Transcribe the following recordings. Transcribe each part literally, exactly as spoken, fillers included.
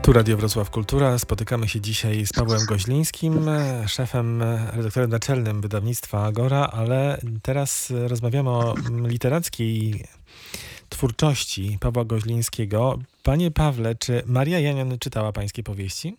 Tu Radio Wrocław Kultura. Spotykamy się dzisiaj z Pawłem Goźlińskim, szefem, redaktorem naczelnym wydawnictwa Agora, ale teraz rozmawiamy o literackiej twórczości Pawła Goźlińskiego. Panie Pawle, czy Maria Janion czytała pańskie powieści?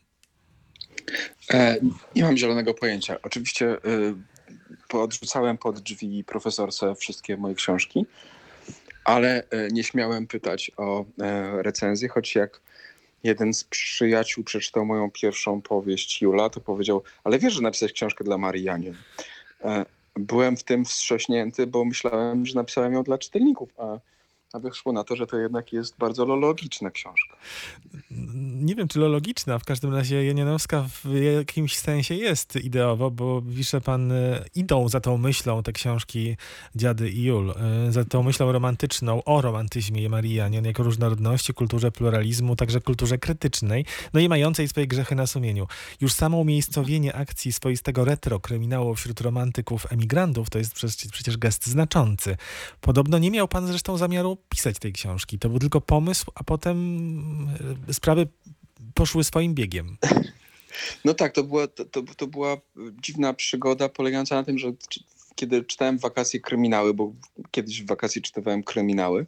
E, nie mam zielonego pojęcia. Oczywiście e, podrzucałem pod drzwi profesorce wszystkie moje książki, ale e, nie śmiałem pytać o e, recenzję, choć jak jeden z przyjaciół przeczytał moją pierwszą powieść Jula, to powiedział, ale wiesz, że napisałeś książkę dla Marii Janion. E, byłem w tym wstrząśnięty, bo myślałem, że napisałem ją dla czytelników, a A wyszło na to, że to jednak jest bardzo logiczna książka. Nie wiem, czy logiczna. W każdym razie Janionowska w jakimś sensie jest ideowo, bo pisze pan, idą za tą myślą te książki Dziady i Jul, za tą myślą romantyczną o romantyzmie Marii Janion jako różnorodności, kulturze pluralizmu, także kulturze krytycznej, no i mającej swoje grzechy na sumieniu. Już samo umiejscowienie akcji swoistego retro-kryminału wśród romantyków emigrantów to jest przecież, przecież gest znaczący. Podobno nie miał pan zresztą zamiaru pisać tej książki. To był tylko pomysł, a potem sprawy poszły swoim biegiem. No tak, to była, to, to była dziwna przygoda polegająca na tym, że kiedy czytałem w wakacje kryminały, bo kiedyś w wakacje czytywałem kryminały,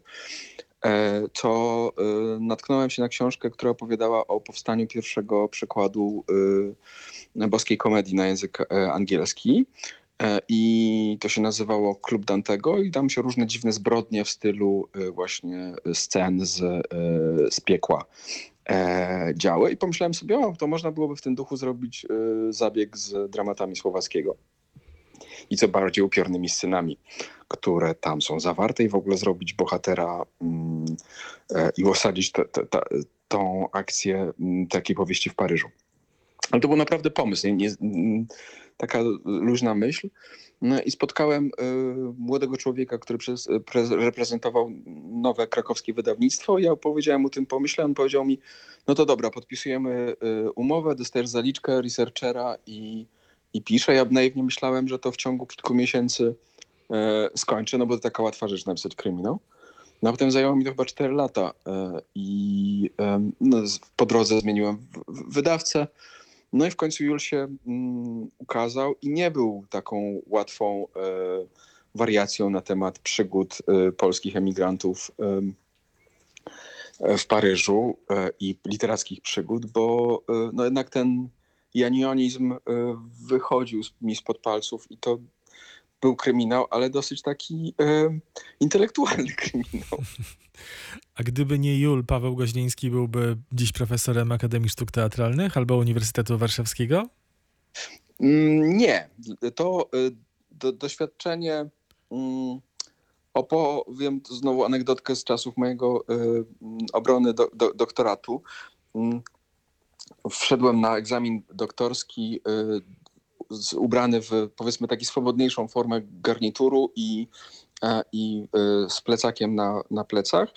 to natknąłem się na książkę, która opowiadała o powstaniu pierwszego przekładu boskiej komedii na język angielski. I to się nazywało Klub Dantego i tam się różne dziwne zbrodnie w stylu właśnie scen z, z piekła działy. I pomyślałem sobie, o, to można byłoby w tym duchu zrobić zabieg z dramatami Słowackiego. I co bardziej upiornymi scenami, które tam są zawarte i w ogóle zrobić bohatera mm, i osadzić te, te, te, tą akcję m, takiej powieści w Paryżu. Ale to był naprawdę pomysł, nie, nie, taka luźna myśl. No i spotkałem y, młodego człowieka, który przez, pre, reprezentował nowe krakowskie wydawnictwo. Ja opowiedziałem mu o tym pomyśle, on powiedział mi, no to dobra, podpisujemy y, umowę, dostajesz zaliczkę researchera i, i piszę. Ja naiwnie myślałem, że to w ciągu kilku miesięcy y, skończę, no bo to taka łatwa rzecz napisać kryminał. No a potem zajęło mi to chyba cztery lata y, i y, no, po drodze zmieniłem w, w, wydawcę. No i w końcu Jul się mm, ukazał i nie był taką łatwą e, wariacją na temat przygód e, polskich emigrantów e, w Paryżu e, i literackich przygód, bo e, no jednak ten janionizm e, wychodził mi spod palców i to był kryminał, ale dosyć taki e, intelektualny kryminał. A gdyby nie Jul, Paweł Goźliński byłby dziś profesorem Akademii Sztuk Teatralnych albo Uniwersytetu Warszawskiego? Nie. To do, doświadczenie... Mm, opowiem znowu anegdotkę z czasów mojego y, obrony do, do, doktoratu. Y, wszedłem na egzamin doktorski y, z, ubrany w, powiedzmy, taki swobodniejszą formę garnituru i, y, i y, z plecakiem na, na plecach.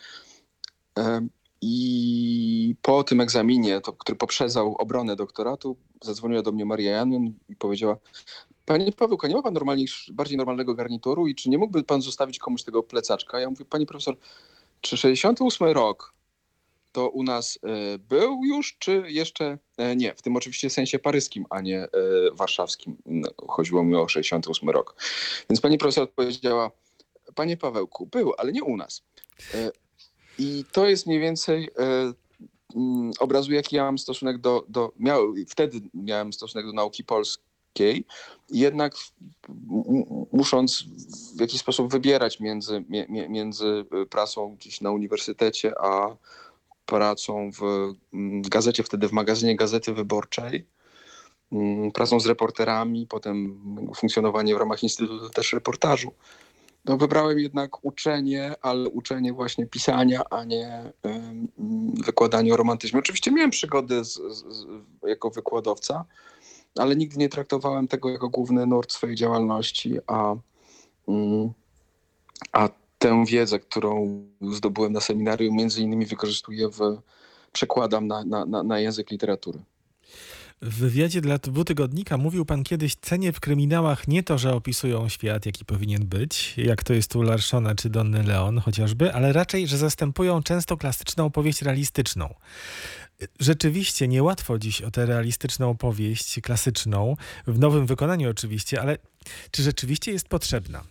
I po tym egzaminie, to, który poprzedzał obronę doktoratu, zadzwoniła do mnie Maria Janion i powiedziała: Panie Pawełko, nie ma pan bardziej normalnego garnituru i czy nie mógłby pan zostawić komuś tego plecaczka? Ja mówię: pani profesor, czy sześćdziesiąty ósmy rok to u nas y, był już, czy jeszcze y, nie? W tym oczywiście sensie paryskim, a nie y, warszawskim. No, chodziło mi o sześćdziesiąty ósmy rok. Więc pani profesor odpowiedziała: panie Pawełku, był, ale nie u nas. Y, I to jest mniej więcej y, y, obrazuje, jaki ja mam stosunek do, do miał, wtedy miałem stosunek do nauki polskiej. Jednak m- musząc w jakiś sposób wybierać między, mie, między pracą gdzieś na uniwersytecie, a pracą w, w gazecie, wtedy w magazynie Gazety Wyborczej, y, pracą z reporterami, potem funkcjonowanie w ramach Instytutu też reportażu. No, wybrałem jednak uczenie, ale uczenie właśnie pisania, a nie um, wykładanie o romantyzmie. Oczywiście miałem przygody z, z, jako wykładowca, ale nigdy nie traktowałem tego jako główny nurt swojej działalności, a, um, a tę wiedzę, którą zdobyłem na seminarium, między innymi wykorzystuję w, przekładam na, na, na, na język literatury. W wywiadzie dla dwutygodnika mówił pan kiedyś: cenię w kryminałach nie to, że opisują świat, jaki powinien być, jak to jest u Larssona czy Donny Leon chociażby, ale raczej, że zastępują często klasyczną opowieść realistyczną. Rzeczywiście niełatwo dziś o tę realistyczną powieść klasyczną, w nowym wykonaniu oczywiście, ale czy rzeczywiście jest potrzebna?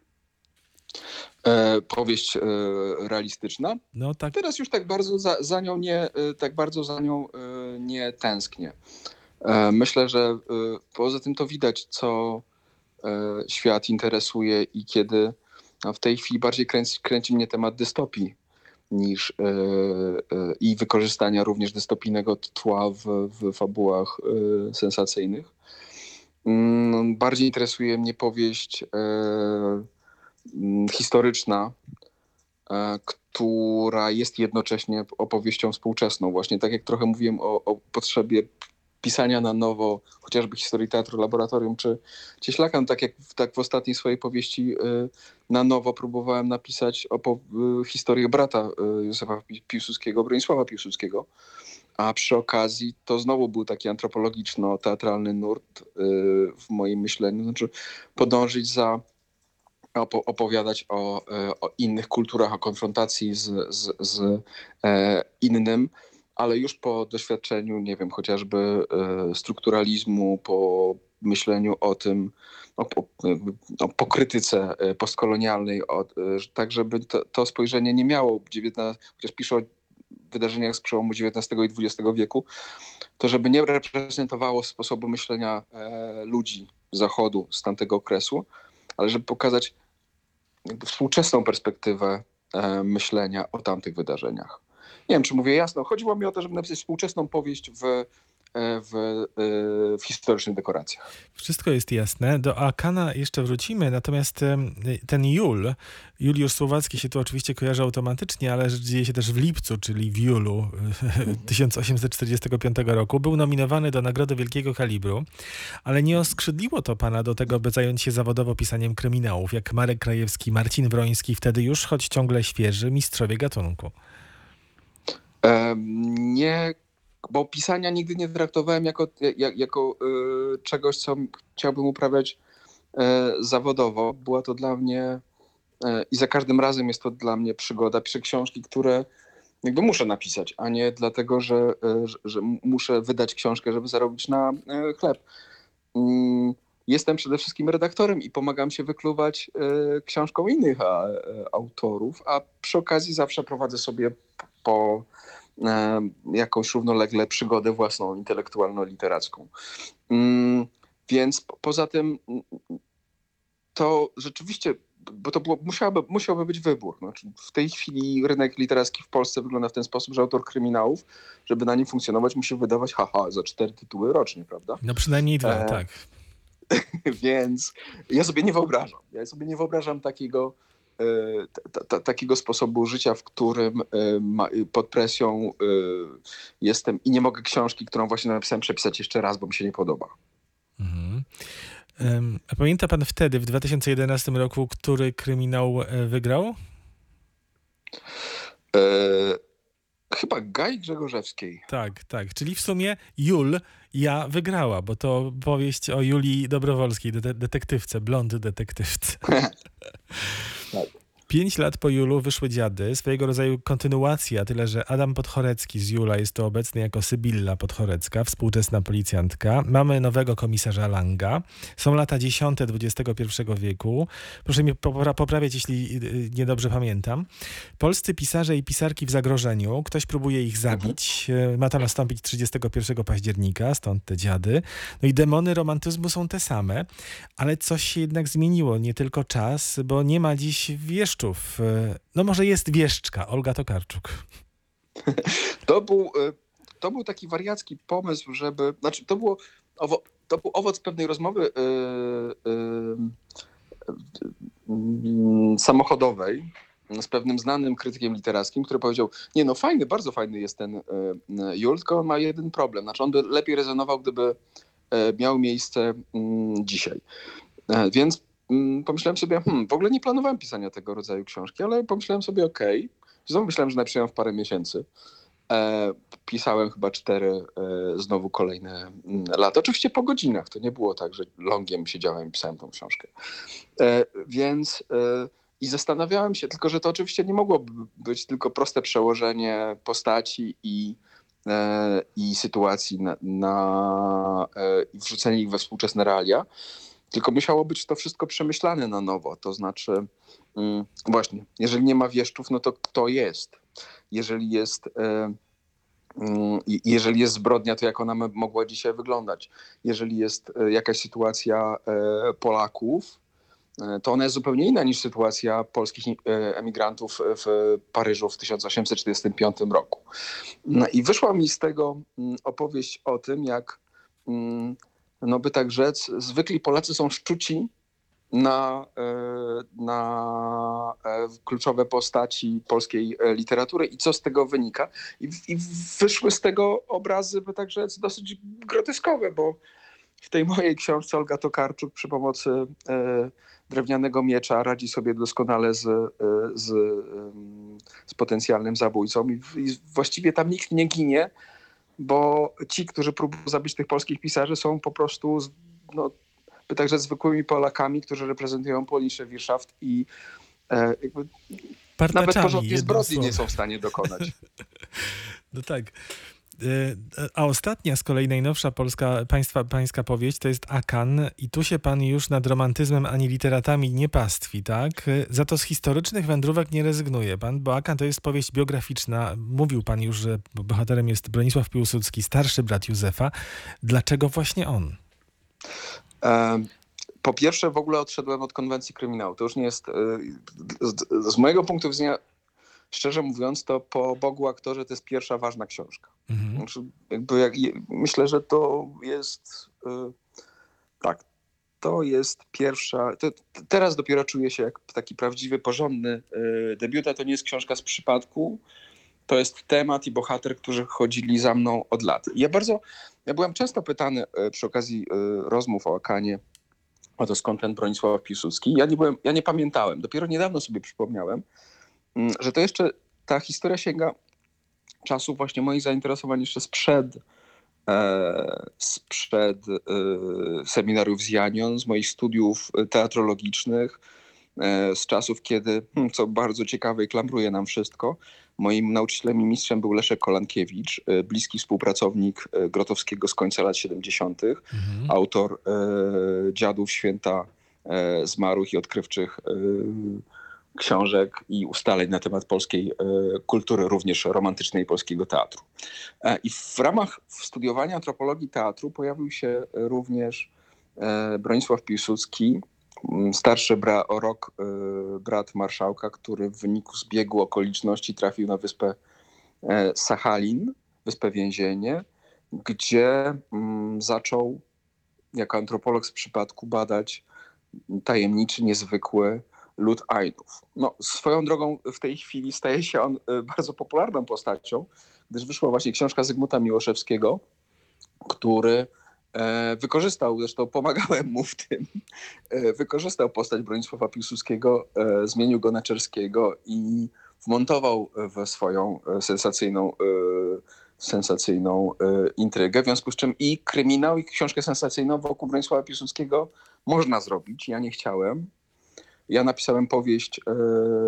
E, powieść e, realistyczna. No tak. Teraz już tak bardzo za, za nią nie, e, tak bardzo za nią e, nie tęsknię. E, myślę, że e, poza tym to widać, co e, świat interesuje i kiedy a w tej chwili bardziej kręci, kręci mnie temat dystopii niż e, e, i wykorzystania również dystopijnego tła w, w fabułach e, sensacyjnych. Mm, bardziej interesuje mnie powieść e, mm, historyczna, e, która jest jednocześnie opowieścią współczesną. Właśnie tak jak trochę mówiłem o, o potrzebie pisania na nowo, chociażby historii teatru laboratorium czy Cieślaka, no tak jak w, tak w ostatniej swojej powieści y, na nowo próbowałem napisać opo- y, historię brata y, Józefa Pi- Piłsudskiego, Bronisława Piłsudskiego, a przy okazji to znowu był taki antropologiczno-teatralny nurt y, w moim myśleniu, znaczy podążyć za opo- opowiadać o, e, o innych kulturach, o konfrontacji z, z, z e, innym, ale już po doświadczeniu, nie wiem, chociażby e, strukturalizmu, po myśleniu o tym, o, po, jakby, o po krytyce e, postkolonialnej, o, e, tak żeby to, to spojrzenie nie miało dziewiętnastego, chociaż piszę o wydarzeniach z przełomu dziewiętnastego i dwudziestego wieku, to żeby nie reprezentowało sposobu myślenia e, ludzi Zachodu z tamtego okresu, ale żeby pokazać jakby współczesną perspektywę e, myślenia o tamtych wydarzeniach. Nie wiem, czy mówię jasno. Chodziło mi o to, żeby napisać współczesną powieść w, e, w, e, w historycznych dekoracjach. Wszystko jest jasne. Do Akana jeszcze wrócimy, natomiast em, ten Jul, Juliusz Słowacki się tu oczywiście kojarzy automatycznie, ale rzecz dzieje się też w lipcu, czyli w Julu tysiąc osiemset czterdziestego piątego roku. Był nominowany do Nagrody Wielkiego Kalibru, ale nie oskrzydliło to pana do tego, by zająć się zawodowo pisaniem kryminałów, jak Marek Krajewski, Marcin Wroński, wtedy już, choć ciągle świeży, mistrzowie gatunku. E, nie, bo pisania nigdy nie traktowałem jako, jak, jako e, czegoś, co chciałbym uprawiać e, zawodowo. Była to dla mnie e, i za każdym razem jest to dla mnie przygoda. Piszę książki, które jakby muszę napisać, a nie dlatego, że, e, że, że muszę wydać książkę, żeby zarobić na e, chleb. Mm, Jestem przede wszystkim redaktorem i pomagam się wykluwać e, książką innych a, e, autorów, a przy okazji zawsze prowadzę sobie po e, jakąś równolegle przygodę własną, intelektualno-literacką. Mm, Więc po, poza tym mm, to rzeczywiście, bo to było, musiałoby, musiałby być wybór. Znaczy, w tej chwili rynek literacki w Polsce wygląda w ten sposób, że autor kryminałów, żeby na nim funkcjonować, musi wydawać haha za cztery tytuły rocznie, prawda? No przynajmniej dwa, E, tak. Więc ja sobie nie wyobrażam. Ja sobie nie wyobrażam takiego, e, ta, ta, takiego sposobu życia, w którym e, ma, pod presją e, jestem i nie mogę książki, którą właśnie napisałem, przepisać jeszcze raz, bo mi się nie podoba. Mhm. Em, A pamięta pan wtedy, w dwa tysiące jedenastym roku, który kryminał e, wygrał? E, Chyba Gai Grzegorzewskiej. Tak, tak. Czyli w sumie Jul, ja wygrała, bo to powieść o Julii Dobrowolskiej, de- detektywce, blond detektywce. Tak. Pięć lat po Julu wyszły Dziady, swojego rodzaju kontynuacja, tyle że Adam Podchorecki z Jula jest tu obecny jako Sybilla Podchorecka, współczesna policjantka. Mamy nowego komisarza Langa. Są lata dziesiąte dwudziestego pierwszego wieku. Proszę mnie popra- poprawiać, jeśli y, niedobrze pamiętam. Polscy pisarze i pisarki w zagrożeniu. Ktoś próbuje ich zabić. Y, Ma to nastąpić trzydziestego pierwszego października, stąd te Dziady. No i demony romantyzmu są te same, ale coś się jednak zmieniło. Nie tylko czas, bo nie ma dziś wieszczów. No może jest wieszczka, Olga Tokarczuk. To był, e, to był taki wariacki pomysł, żeby... Znaczy, to, było, owo, to był owoc pewnej rozmowy e, e, e, samochodowej z pewnym znanym krytykiem literackim, który powiedział, nie no fajny, bardzo fajny jest ten e, Jul, tylko on ma jeden problem. Znaczy on by lepiej rezonował, gdyby e, miał miejsce mm, dzisiaj. E, Więc mm, pomyślałem sobie, hmm, w ogóle nie planowałem pisania tego rodzaju książki, ale pomyślałem sobie, okej. Znowu myślałem, że napiszę ją w parę miesięcy. E, Pisałem chyba cztery, e, znowu kolejne mm, lata. Oczywiście po godzinach. To nie było tak, że longiem siedziałem i pisałem tą książkę. E, Więc e, i zastanawiałem się, tylko że to oczywiście nie mogło być tylko proste przełożenie postaci i e, i sytuacji na, na e, i wrzucenie ich we współczesne realia, tylko musiało być to wszystko przemyślane na nowo. To znaczy, mm, właśnie, jeżeli nie ma wieszczów, no to kto jest? Jeżeli jest, e, mm, i- jeżeli jest zbrodnia, to jak ona m- mogła dzisiaj wyglądać? Jeżeli jest e, jakaś sytuacja e, Polaków, e, to ona jest zupełnie inna niż sytuacja polskich e, emigrantów w Paryżu w tysiąc osiemset czterdziestym piątym roku. No i wyszła mi z tego mm, opowieść o tym, jak, mm, no by tak rzec, zwykli Polacy są szczuci na, e, na e, kluczowe postaci polskiej e, literatury i co z tego wynika. I, i wyszły z tego obrazy, by tak rzec, dosyć groteskowe, bo w tej mojej książce Olga Tokarczuk przy pomocy e, drewnianego miecza radzi sobie doskonale z, e, z, em, z potencjalnym zabójcą i, i właściwie tam nikt nie ginie, bo ci, którzy próbują zabić tych polskich pisarzy, są po prostu z- no, by także zwykłymi Polakami, którzy reprezentują Poliszę, Wirschaft i e, jakby nawet Partaczami, porządnie jednym zbrodni nie słowem. są w stanie dokonać. No tak. E, A ostatnia z kolei najnowsza polska państwa, pańska powieść to jest Akan i tu się pan już nad romantyzmem ani literatami nie pastwi, tak? E, Za to z historycznych wędrówek nie rezygnuje pan, bo Akan to jest powieść biograficzna. Mówił pan już, że bohaterem jest Bronisław Piłsudski, starszy brat Józefa. Dlaczego właśnie on? E, po pierwsze w ogóle odszedłem od konwencji kryminału. To już nie jest, e, z, z mojego punktu widzenia, szczerze mówiąc, to po Bogu aktorze to jest pierwsza ważna książka. Mhm. Znaczy, jakby jak, myślę, że to jest e, tak, to jest pierwsza, to, to teraz dopiero czuję się jak taki prawdziwy, porządny e, debiutant. To nie jest książka z przypadku, to jest temat i bohater, którzy chodzili za mną od lat. Ja bardzo, ja byłem często pytany e, przy okazji e, rozmów o Akanie, o to skąd ten Bronisław Piłsudski. Ja nie byłem, ja nie pamiętałem. Dopiero niedawno sobie przypomniałem, mm, że to jeszcze ta historia sięga czasu właśnie moich zainteresowań jeszcze sprzed, e, sprzed e, seminariów z Janion, z moich studiów teatrologicznych, e, z czasów, kiedy, hmm, co bardzo ciekawe i klamruje nam wszystko, moim nauczycielem i mistrzem był Leszek Kolankiewicz, e, bliski współpracownik e, Grotowskiego z końca lat siedemdziesiątych, Mhm. autor e, Dziadów Święta e, Zmarłych i odkrywczych e, książek i ustaleń na temat polskiej e, kultury, również romantycznej polskiego teatru. E, I w ramach studiowania antropologii teatru pojawił się również e, Bronisław Piłsudski, m, starszy bra, o rok e, brat marszałka, który w wyniku zbiegu okoliczności trafił na wyspę e, Sachalin, wyspę więzienie, gdzie mm, zaczął jako antropolog z przypadku badać tajemniczy, niezwykły lud Ainów. No, swoją drogą w tej chwili staje się on e, bardzo popularną postacią, gdyż wyszła właśnie książka Zygmunta Miłoszewskiego, który e, wykorzystał, zresztą pomagałem mu w tym, e, wykorzystał postać Bronisława Piłsudskiego, e, zmienił go na Czerskiego i wmontował w swoją e, sensacyjną, e, sensacyjną e, intrygę, w związku z czym i kryminał, i książkę sensacyjną wokół Bronisława Piłsudskiego można zrobić. Ja nie chciałem. Ja napisałem powieść e,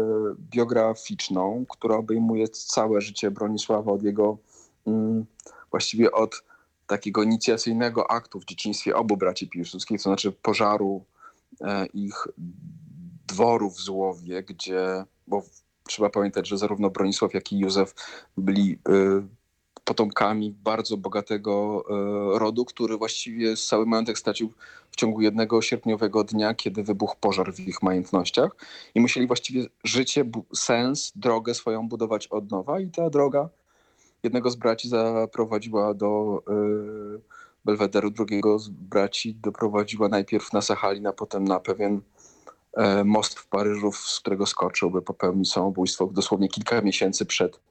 biograficzną, która obejmuje całe życie Bronisława od jego mm, właściwie od takiego inicjacyjnego aktu w dzieciństwie obu braci Piłsudskich, to znaczy pożaru e, ich dworu w Złowie, gdzie, bo trzeba pamiętać, że zarówno Bronisław, jak i Józef byli e, potomkami bardzo bogatego e, rodu, który właściwie cały majątek stracił w ciągu jednego sierpniowego dnia, kiedy wybuchł pożar w ich majątnościach i musieli właściwie życie, bu- sens, drogę swoją budować od nowa i ta droga jednego z braci zaprowadziła do y, Belwederu, drugiego z braci doprowadziła najpierw na Sachalin, a potem na pewien e, most w Paryżu, z którego skoczył, by popełnić samobójstwo dosłownie kilka miesięcy przed,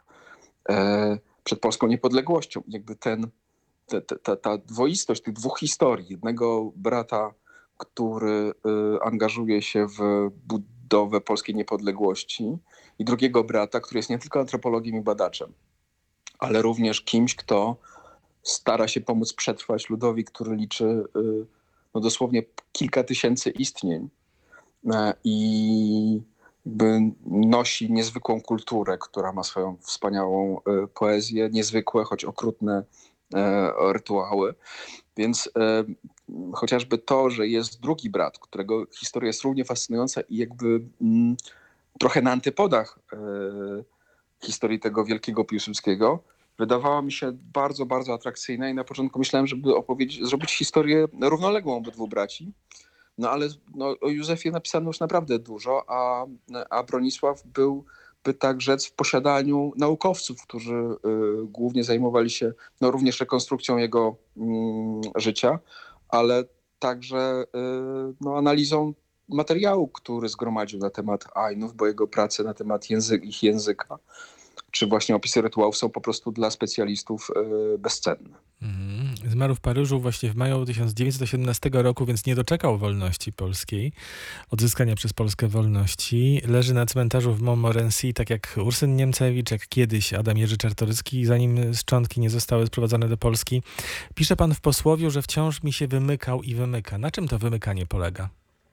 e, przed polską niepodległością. Jakby ten, te, te, ta, ta dwoistość tych dwóch historii, jednego brata, który y, angażuje się w budowę polskiej niepodległości i drugiego brata, który jest nie tylko antropologiem i badaczem, ale również kimś, kto stara się pomóc przetrwać ludowi, który liczy y, no dosłownie kilka tysięcy istnień. E, I jakby nosi niezwykłą kulturę, która ma swoją wspaniałą e, poezję, niezwykłe, choć okrutne e, rytuały. Więc e, chociażby to, że jest drugi brat, którego historia jest równie fascynująca i jakby mm, trochę na antypodach e, historii tego wielkiego Piłsudskiego, wydawała mi się bardzo, bardzo atrakcyjna i na początku myślałem, żeby opowiedzieć, zrobić historię równoległą obydwu braci. No ale no, o Józefie napisano już naprawdę dużo, a, a Bronisław był, by tak rzec, w posiadaniu naukowców, którzy y, głównie zajmowali się no, również rekonstrukcją jego y, życia, ale także y, no, analizą materiału, który zgromadził na temat Ainów, bo jego prace na temat języ- ich języka, czy właśnie opisy rytuałów są po prostu dla specjalistów y, bezcenne. Mhm. Zmarł w Paryżu właśnie w maju tysiąc dziewięćset osiemnastego roku, więc nie doczekał wolności polskiej, odzyskania przez Polskę wolności. Leży na cmentarzu w Montmorency, tak jak Ursyn Niemcewicz, jak kiedyś Adam Jerzy Czartoryski, zanim szczątki nie zostały sprowadzone do Polski. Pisze pan w posłowiu, że wciąż mi się wymykał i wymyka. Na czym to wymykanie polega?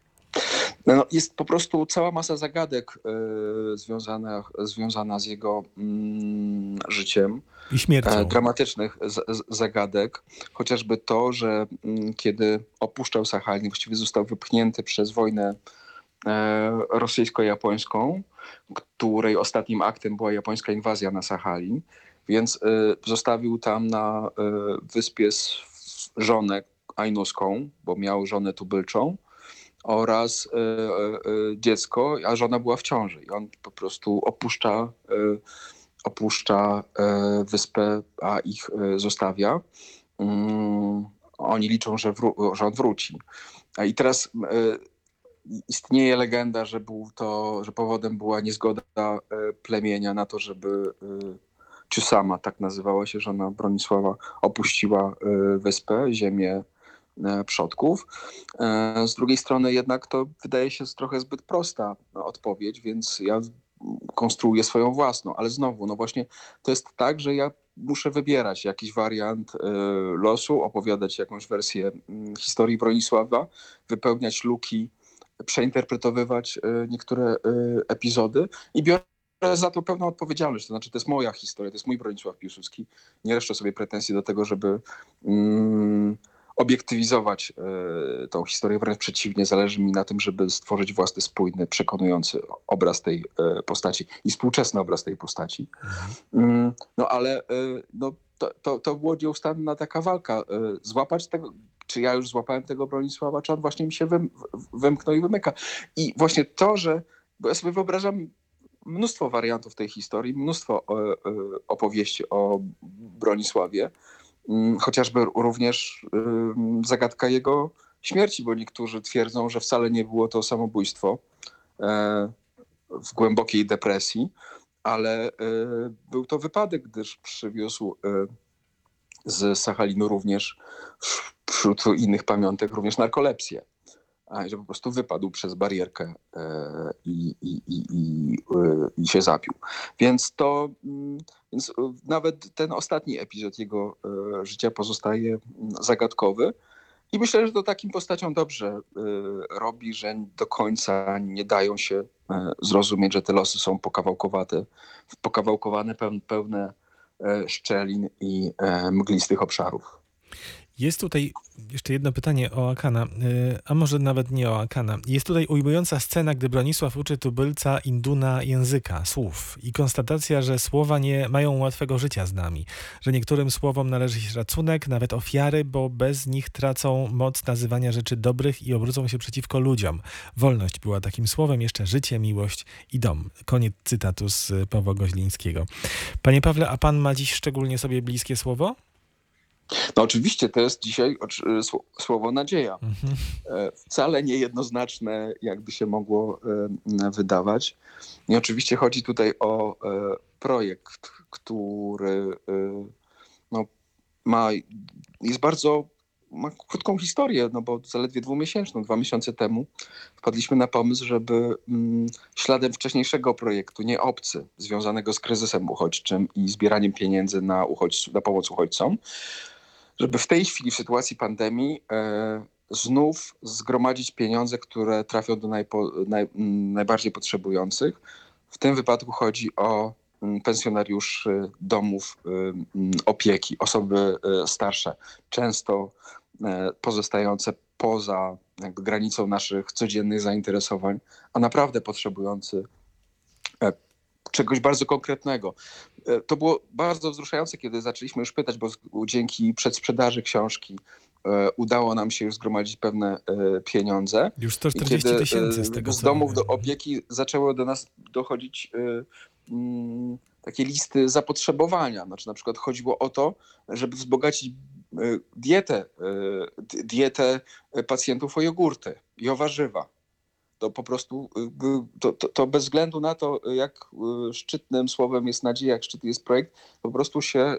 No, jest po prostu cała masa zagadek y, związana, związana z jego mm, życiem. I śmiercią. E, dramatycznych z, z, zagadek. Chociażby to, że mm, kiedy opuszczał Sachalin, właściwie został wypchnięty przez wojnę e, rosyjsko-japońską, której ostatnim aktem była japońska inwazja na Sachalin, więc y, zostawił tam na y, wyspie s- żonę ainuską, bo miał żonę tubylczą, oraz y, y, y, dziecko, a żona była w ciąży. I on po prostu opuszcza, y, opuszcza y, wyspę, a ich y, zostawia. Mm, oni liczą, że, wró- że on wróci. A i teraz y, istnieje legenda, że, był to, że powodem była niezgoda y, plemienia na to, żeby y, Ciusama, tak nazywała się żona Bronisława, opuściła y, wyspę, ziemię e, przodków. E, Z drugiej strony jednak to wydaje się trochę zbyt prosta no, odpowiedź, więc ja konstruuję swoją własną, ale znowu, no właśnie to jest tak, że ja muszę wybierać jakiś wariant e, losu, opowiadać jakąś wersję mm, historii Bronisława, wypełniać luki, przeinterpretowywać e, niektóre e, epizody i biorę za to pełną odpowiedzialność. To znaczy, to jest moja historia, to jest mój Bronisław Piłsudski. Nie reszczę sobie pretensji do tego, żeby mm, obiektywizować e, tą historię. Wręcz przeciwnie, zależy mi na tym, żeby stworzyć własny, spójny, przekonujący obraz tej e, postaci i współczesny obraz tej postaci. Mm, no ale e, no, to, to, to było nieustanna taka walka. E, złapać tego, czy ja już złapałem tego Bronisława, czy on właśnie mi się wym, wymknął i wymyka. I właśnie to, że, bo ja sobie wyobrażam mnóstwo wariantów tej historii, mnóstwo e, e, opowieści o Bronisławie, mm, chociażby również ym, zagadka jego śmierci, bo niektórzy twierdzą, że wcale nie było to samobójstwo e, w głębokiej depresji, ale e, był to wypadek, gdyż przywiózł e, z Sachalinu również wśród innych pamiątek również narkolepsję. A że po prostu wypadł przez barierkę e, i, i, i, i, e, i się zapił. Więc to, mm, więc e, nawet ten ostatni epizod jego e, życia pozostaje mm, zagadkowy. I myślę, że to takim postaciom dobrze e, robi, że do końca nie dają się e, zrozumieć, że te losy są pokawałkowate, pokawałkowane, pełne, pełne e, szczelin i e, mglistych obszarów. Jest tutaj jeszcze jedno pytanie o Akana, yy, a może nawet nie o Akana. Jest tutaj ujmująca scena, gdy Bronisław uczy tubylca Induna języka, słów i konstatacja, że słowa nie mają łatwego życia z nami, że niektórym słowom należy się szacunek, nawet ofiary, bo bez nich tracą moc nazywania rzeczy dobrych i obrócą się przeciwko ludziom. Wolność była takim słowem, jeszcze życie, miłość i dom. Koniec cytatu z Pawła Goźlińskiego. Panie Pawle, a pan ma dziś szczególnie sobie bliskie słowo? No oczywiście to jest dzisiaj słowo nadzieja. Mhm. Wcale niejednoznaczne, jakby się mogło wydawać. I oczywiście chodzi tutaj o projekt, który no, ma, jest bardzo, ma krótką historię, no bo zaledwie dwumiesięczną, dwa miesiące temu wpadliśmy na pomysł, żeby śladem wcześniejszego projektu, nie obcy, związanego z kryzysem uchodźczym i zbieraniem pieniędzy na, uchodź, na pomoc uchodźcom, żeby w tej chwili, w sytuacji pandemii, e, znów zgromadzić pieniądze, które trafią do najpo, naj, najbardziej potrzebujących. W tym wypadku chodzi o pensjonariuszy domów opieki, osoby starsze, często pozostające poza jakby granicą naszych codziennych zainteresowań, a naprawdę potrzebujący czegoś bardzo konkretnego. To było bardzo wzruszające, kiedy zaczęliśmy już pytać, bo dzięki przedsprzedaży książki udało nam się już zgromadzić pewne pieniądze. Już sto czterdzieści tysięcy z tego. Z domów do opieki zaczęło do nas dochodzić mm, takie listy zapotrzebowania. Znaczy na przykład chodziło o to, żeby wzbogacić dietę, dietę pacjentów o jogurty i o warzywa. To po prostu, to, to, to bez względu na to, jak szczytnym słowem jest nadzieja, jak szczytny jest projekt, po prostu się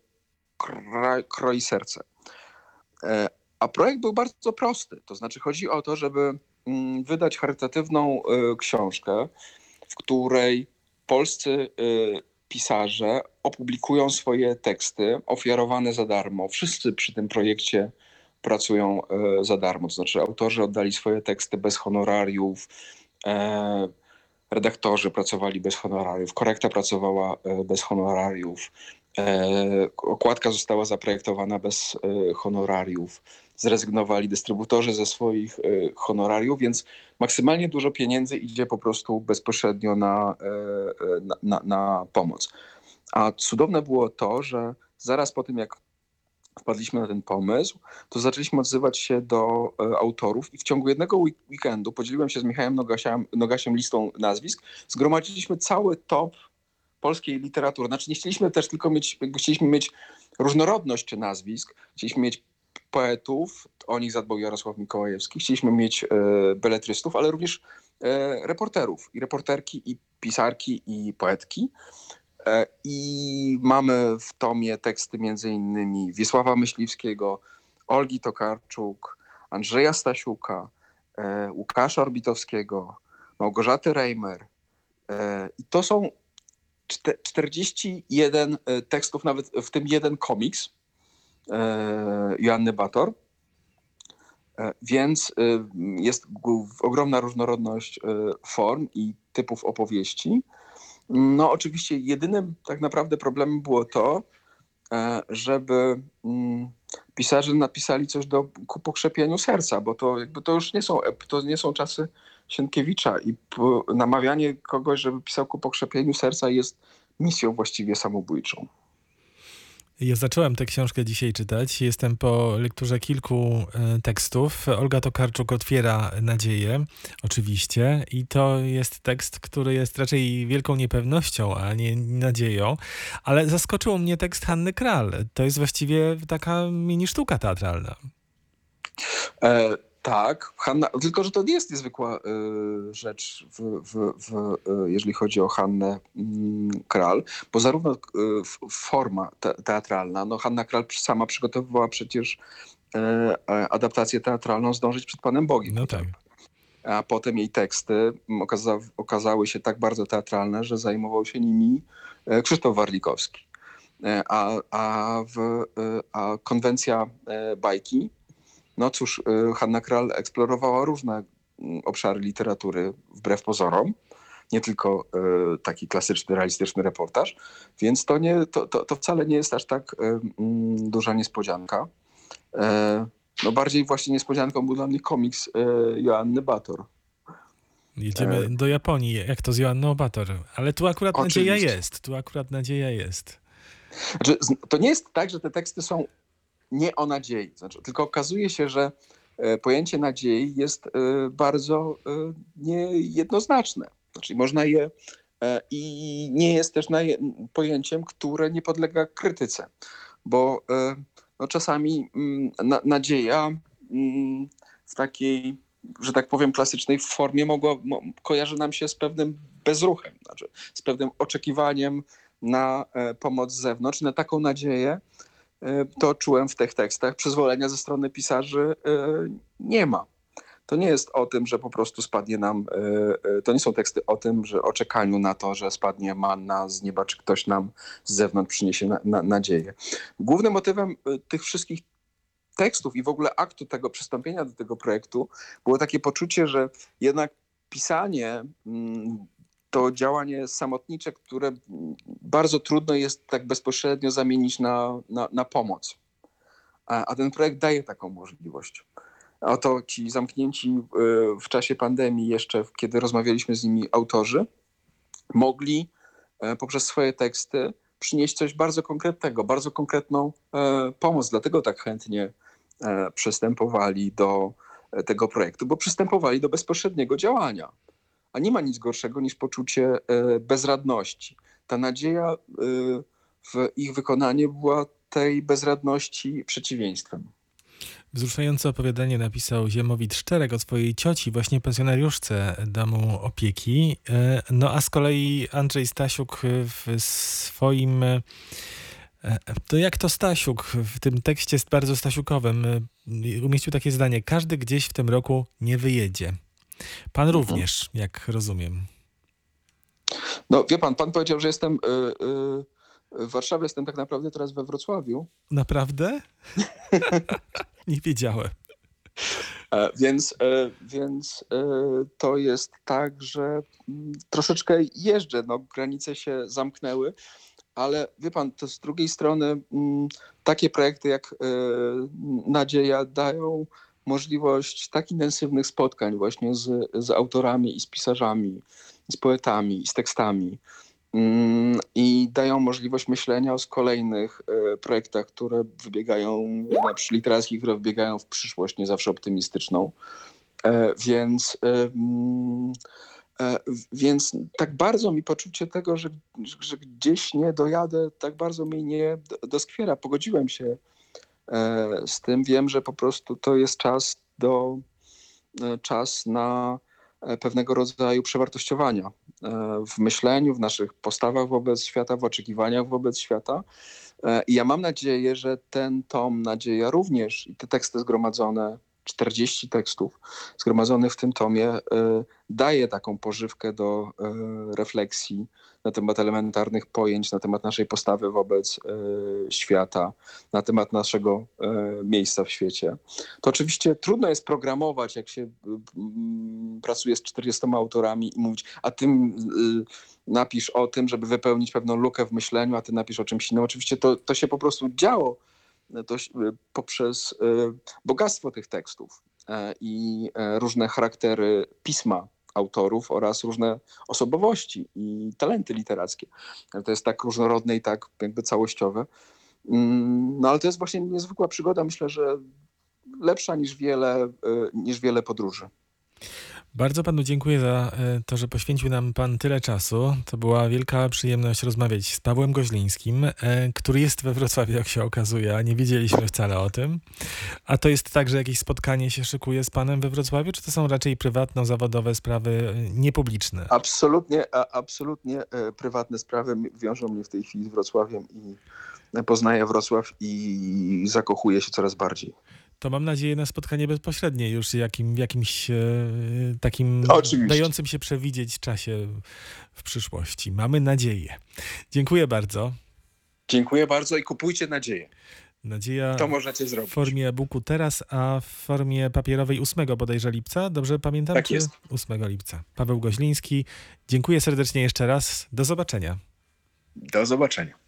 kroi serce. A projekt był bardzo prosty. To znaczy chodzi o to, żeby wydać charytatywną książkę, w której polscy pisarze opublikują swoje teksty ofiarowane za darmo. Wszyscy przy tym projekcie pracują za darmo, to znaczy autorzy oddali swoje teksty bez honorariów, redaktorzy pracowali bez honorariów, korekta pracowała bez honorariów, okładka została zaprojektowana bez honorariów, zrezygnowali dystrybutorzy ze swoich honorariów, więc maksymalnie dużo pieniędzy idzie po prostu bezpośrednio na, na, na, na pomoc. A cudowne było to, że zaraz po tym, jak wpadliśmy na ten pomysł, to zaczęliśmy odzywać się do autorów i w ciągu jednego weekendu podzieliłem się z Michałem Nogasiem, Nogasiem listą nazwisk. Zgromadziliśmy cały top polskiej literatury. Znaczy nie chcieliśmy też tylko mieć, jakby chcieliśmy mieć różnorodność nazwisk, chcieliśmy mieć poetów, o nich zadbał Jarosław Mikołajewski, chcieliśmy mieć e, beletrystów, ale również e, reporterów i reporterki, i pisarki, i poetki. I mamy w tomie teksty między innymi Wiesława Myśliwskiego, Olgi Tokarczuk, Andrzeja Stasiuka, Łukasza Orbitowskiego, Małgorzaty Reimer. I to są czterdzieści jeden tekstów, nawet w tym jeden komiks Joanny Bator. Więc jest ogromna różnorodność form i typów opowieści. No oczywiście jedynym tak naprawdę problemem było to, żeby pisarze napisali coś do, ku pokrzepieniu serca, bo to jakby to już nie są, to nie są czasy Sienkiewicza i namawianie kogoś, żeby pisał ku pokrzepieniu serca jest misją właściwie samobójczą. Ja zacząłem tę książkę dzisiaj czytać. Jestem po lekturze kilku e, tekstów. Olga Tokarczuk otwiera nadzieję, oczywiście. I to jest tekst, który jest raczej wielką niepewnością, a nie nadzieją. Ale zaskoczył mnie tekst Hanny Kral. To jest właściwie taka mini sztuka teatralna. E Tak, Hanna, tylko że to nie jest niezwykła y, rzecz, w, w, w, y, jeżeli chodzi o Hannę y, Kral, bo zarówno y, forma te, teatralna, no Hanna Kral sama przygotowywała przecież y, adaptację teatralną Zdążyć przed Panem Bogiem. No tak. A potem jej teksty okaza, okazały się tak bardzo teatralne, że zajmował się nimi Krzysztof Warlikowski. A, a, w, a konwencja bajki, no cóż, Hanna Kral eksplorowała różne obszary literatury wbrew pozorom, nie tylko y, taki klasyczny, realistyczny reportaż, więc to, nie, to, to, to wcale nie jest aż tak y, y, duża niespodzianka. Y, no bardziej właśnie niespodzianką był dla mnie komiks y, Joanny Bator. Jedziemy y, do Japonii, jak to z Joanną Bator, ale tu akurat oczywiście. nadzieja jest, tu akurat nadzieja jest. Znaczy, to nie jest tak, że te teksty są nie o nadziei. Znaczy, tylko okazuje się, że pojęcie nadziei jest bardzo niejednoznaczne. Znaczy, można je i nie jest też pojęciem, które nie podlega krytyce, bo no, czasami na, nadzieja w takiej, że tak powiem, klasycznej formie mogła, kojarzy nam się z pewnym bezruchem, znaczy z pewnym oczekiwaniem na pomoc z zewnątrz, na taką nadzieję. To czułem w tych tekstach. Przyzwolenia ze strony pisarzy nie ma. To nie jest o tym, że po prostu spadnie nam, to nie są teksty o tym, że o czekaniu na to, że spadnie manna z nieba, czy ktoś nam z zewnątrz przyniesie na, na, nadzieję. Głównym motywem tych wszystkich tekstów i w ogóle aktu tego przystąpienia do tego projektu było takie poczucie, że jednak pisanie mm, to działanie samotnicze, które bardzo trudno jest tak bezpośrednio zamienić na, na, na pomoc. A, a ten projekt daje taką możliwość. Oto ci zamknięci w czasie pandemii, jeszcze kiedy rozmawialiśmy z nimi autorzy, mogli poprzez swoje teksty przynieść coś bardzo konkretnego, bardzo konkretną pomoc. Dlatego tak chętnie przystępowali do tego projektu, bo przystępowali do bezpośredniego działania. A nie ma nic gorszego niż poczucie bezradności. Ta nadzieja w ich wykonaniu była tej bezradności przeciwieństwem. Wzruszające opowiadanie napisał Ziemowit Szczerek o swojej cioci, właśnie pensjonariuszce domu opieki. No a z kolei Andrzej Stasiuk w swoim... To jak to Stasiuk w tym tekście jest bardzo stasiukowym. Umieścił takie zdanie: każdy gdzieś w tym roku nie wyjedzie. Pan również, jak rozumiem. No wie pan, pan powiedział, że jestem y, y, w Warszawie, jestem tak naprawdę teraz we Wrocławiu. Naprawdę? Nie wiedziałem. E, więc e, więc e, to jest tak, że m, troszeczkę jeżdżę, no granice się zamknęły, ale wie pan, to z drugiej strony m, takie projekty jak e, Nadzieja dają możliwość tak intensywnych spotkań właśnie z, z autorami i z pisarzami, z poetami i z tekstami. I dają możliwość myślenia o kolejnych projektach, które wybiegają, na przykład literackich, które wybiegają w przyszłość, nie zawsze optymistyczną. Więc, więc tak bardzo mi poczucie tego, że, że gdzieś nie dojadę, tak bardzo mi nie doskwiera. Pogodziłem się z tym. Wiem, że po prostu to jest czas do czas na pewnego rodzaju przewartościowania w myśleniu, w naszych postawach wobec świata, w oczekiwaniach wobec świata. I ja mam nadzieję, że ten tom Nadzieja również i te teksty zgromadzone, czterdzieści tekstów zgromadzonych w tym tomie, daje taką pożywkę do refleksji na temat elementarnych pojęć, na temat naszej postawy wobec świata, na temat naszego miejsca w świecie. To oczywiście trudno jest programować, jak się pracuje z czterdziestoma autorami i mówić, a ty napisz o tym, żeby wypełnić pewną lukę w myśleniu, a ty napisz o czymś innym. Oczywiście to, to się po prostu działo to poprzez bogactwo tych tekstów i różne charaktery pisma autorów oraz różne osobowości i talenty literackie. To jest tak różnorodne i tak jakby całościowe. No ale to jest właśnie niezwykła przygoda, myślę, że lepsza niż wiele, niż wiele podróży. Bardzo panu dziękuję za to, że poświęcił nam pan tyle czasu. To była wielka przyjemność rozmawiać z Pawłem Goźlińskim, który jest we Wrocławiu, jak się okazuje, a nie wiedzieliśmy wcale o tym. A to jest tak, że jakieś spotkanie się szykuje z panem we Wrocławiu, czy to są raczej prywatno-zawodowe sprawy niepubliczne? Absolutnie, a, absolutnie prywatne sprawy wiążą mnie w tej chwili z Wrocławiem i poznaję Wrocław i zakochuję się coraz bardziej. To mam nadzieję na spotkanie bezpośrednie już jakim, w jakimś e, takim Oczywiście. dającym się przewidzieć czasie w przyszłości. Mamy nadzieję. Dziękuję bardzo. Dziękuję bardzo i kupujcie Nadzieję. Nadzieja to możecie zrobić. W formie e-booku teraz, a w formie papierowej ósmego bodajże lipca. Dobrze pamiętam? Tak czy jest. ósmego lipca. Paweł Goźliński. Dziękuję serdecznie jeszcze raz. Do zobaczenia. Do zobaczenia.